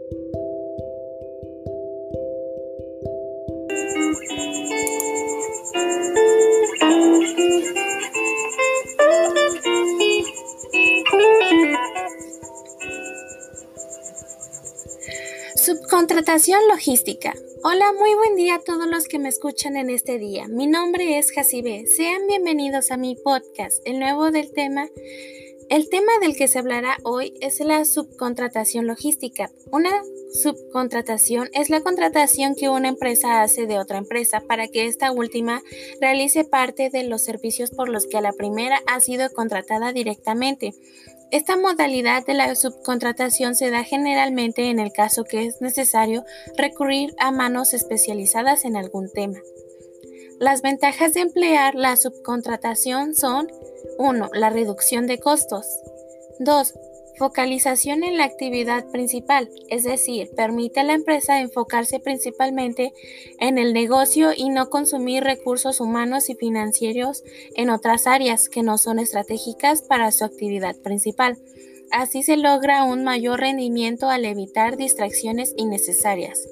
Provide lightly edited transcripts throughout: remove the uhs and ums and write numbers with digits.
Subcontratación logística. Hola, muy buen día a todos los que me escuchan en este día. Mi nombre es Jacibe. Sean bienvenidos a mi podcast. El tema del que se hablará hoy es la subcontratación logística. Una subcontratación es la contratación que una empresa hace de otra empresa para que esta última realice parte de los servicios por los que la primera ha sido contratada directamente. Esta modalidad de la subcontratación se da generalmente en el caso que es necesario recurrir a manos especializadas en algún tema. Las ventajas de emplear la subcontratación son: 1. La reducción de costos. 2. Focalización en la actividad principal, es decir, permite a la empresa enfocarse principalmente en el negocio y no consumir recursos humanos y financieros en otras áreas que no son estratégicas para su actividad principal. Así se logra un mayor rendimiento al evitar distracciones innecesarias.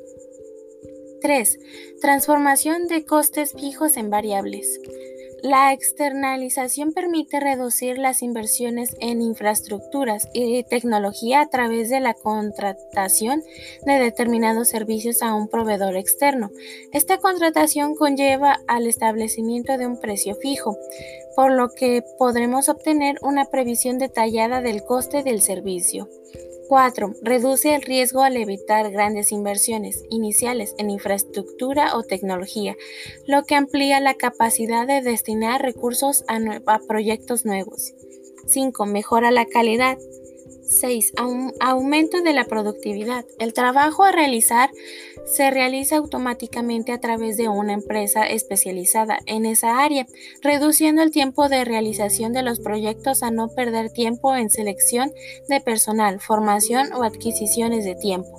3. Transformación de costes fijos en variables. La externalización permite reducir las inversiones en infraestructuras y tecnología a través de la contratación de determinados servicios a un proveedor externo. Esta contratación conlleva al establecimiento de un precio fijo, por lo que podremos obtener una previsión detallada del coste del servicio. 4. Reduce el riesgo al evitar grandes inversiones iniciales en infraestructura o tecnología, lo que amplía la capacidad de destinar recursos a proyectos nuevos. 5. Mejora la calidad. 6. Aumento de la productividad. El trabajo a realizar se realiza automáticamente a través de una empresa especializada en esa área, reduciendo el tiempo de realización de los proyectos a no perder tiempo en selección de personal, formación o adquisiciones de tiempo.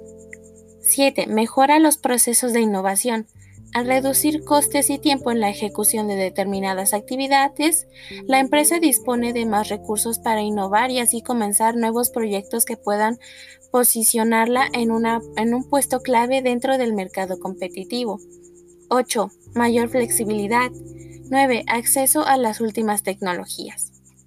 7. Mejora los procesos de innovación. Al reducir costes y tiempo en la ejecución de determinadas actividades, la empresa dispone de más recursos para innovar y así comenzar nuevos proyectos que puedan posicionarla en un puesto clave dentro del mercado competitivo. 8. Mayor flexibilidad. 9. Acceso a las últimas tecnologías.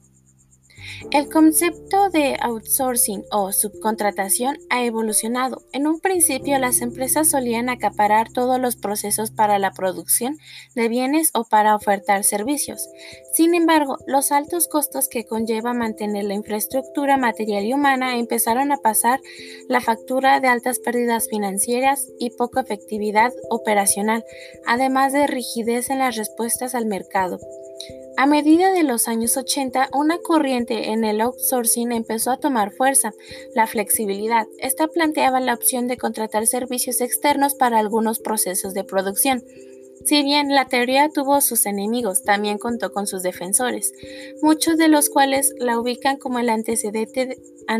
El concepto de outsourcing o subcontratación ha evolucionado. En un principio, las empresas solían acaparar todos los procesos para la producción de bienes o para ofertar servicios. Sin embargo, los altos costos que conlleva mantener la infraestructura material y humana empezaron a pasar la factura de altas pérdidas financieras y poca efectividad operacional, además de rigidez en las respuestas al mercado. A medida de los años 80, una corriente en el outsourcing empezó a tomar fuerza: la flexibilidad. Esta planteaba la opción de contratar servicios externos para algunos procesos de producción. Si bien la teoría tuvo sus enemigos, también contó con sus defensores, muchos de los cuales la ubican como el antecedente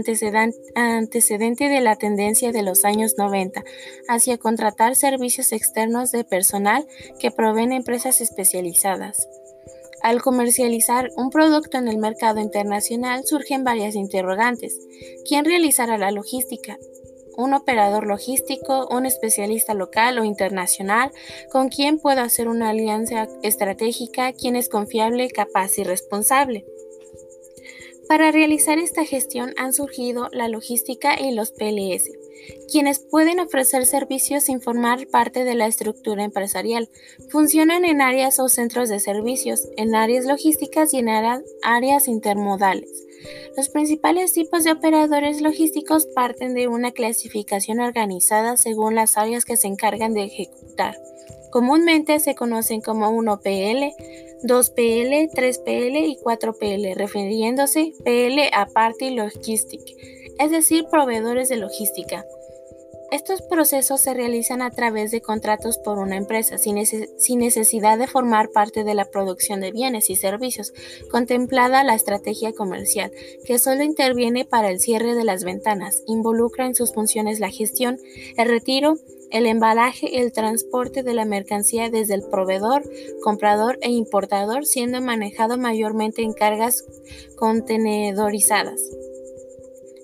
de la tendencia de los años 90 hacia contratar servicios externos de personal que proveen empresas especializadas. Al comercializar un producto en el mercado internacional surgen varias interrogantes. ¿Quién realizará la logística? ¿Un operador logístico, un especialista local o internacional? ¿Con quién puedo hacer una alianza estratégica? ¿Quién es confiable, capaz y responsable? Para realizar esta gestión han surgido la logística y los PLS, quienes pueden ofrecer servicios sin formar parte de la estructura empresarial. Funcionan en áreas o centros de servicios, en áreas logísticas y en áreas intermodales. Los principales tipos de operadores logísticos parten de una clasificación organizada según las áreas que se encargan de ejecutar. Comúnmente se conocen como 1PL, 2PL, 3PL y 4PL, refiriéndose PL a Party Logistic, es decir, proveedores de logística. Estos procesos se realizan a través de contratos por una empresa, sin necesidad de formar parte de la producción de bienes y servicios, contemplada la estrategia comercial, que solo interviene para el cierre de las ventanas, involucra en sus funciones la gestión, el retiro, el embalaje y el transporte de la mercancía desde el proveedor, comprador e importador, siendo manejado mayormente en cargas contenedorizadas.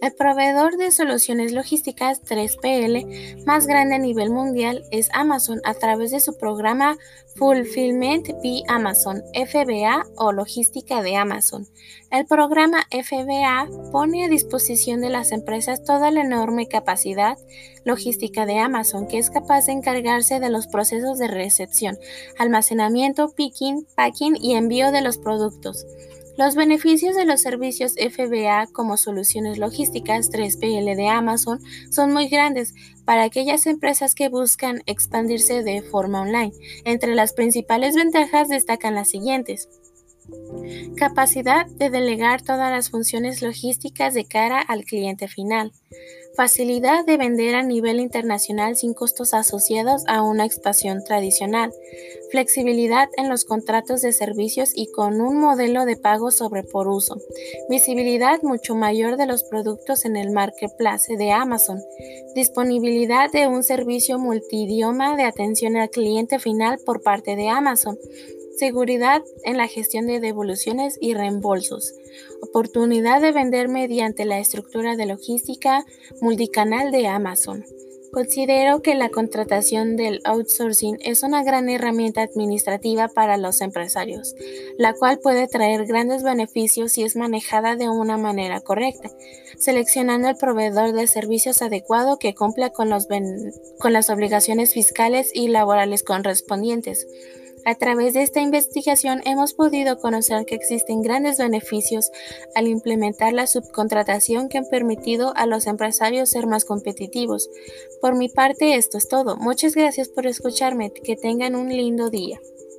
El proveedor de soluciones logísticas 3PL más grande a nivel mundial es Amazon a través de su programa Fulfillment by Amazon, FBA o Logística de Amazon. El programa FBA pone a disposición de las empresas toda la enorme capacidad logística de Amazon, que es capaz de encargarse de los procesos de recepción, almacenamiento, picking, packing y envío de los productos. Los beneficios de los servicios FBA como soluciones logísticas 3PL de Amazon son muy grandes para aquellas empresas que buscan expandirse de forma online. Entre las principales ventajas destacan las siguientes: capacidad de delegar todas las funciones logísticas de cara al cliente final. Facilidad de vender a nivel internacional sin costos asociados a una expansión tradicional. Flexibilidad en los contratos de servicios y con un modelo de pago sobre por uso. Visibilidad mucho mayor de los productos en el marketplace de Amazon. Disponibilidad de un servicio multidioma de atención al cliente final por parte de Amazon. Seguridad en la gestión de devoluciones y reembolsos. Oportunidad de vender mediante la estructura de logística multicanal de Amazon. Considero que la contratación del outsourcing es una gran herramienta administrativa para los empresarios, la cual puede traer grandes beneficios si es manejada de una manera correcta, seleccionando el proveedor de servicios adecuado que cumpla con las obligaciones fiscales y laborales correspondientes. A través de esta investigación hemos podido conocer que existen grandes beneficios al implementar la subcontratación que han permitido a los empresarios ser más competitivos. Por mi parte, esto es todo. Muchas gracias por escucharme. Que tengan un lindo día.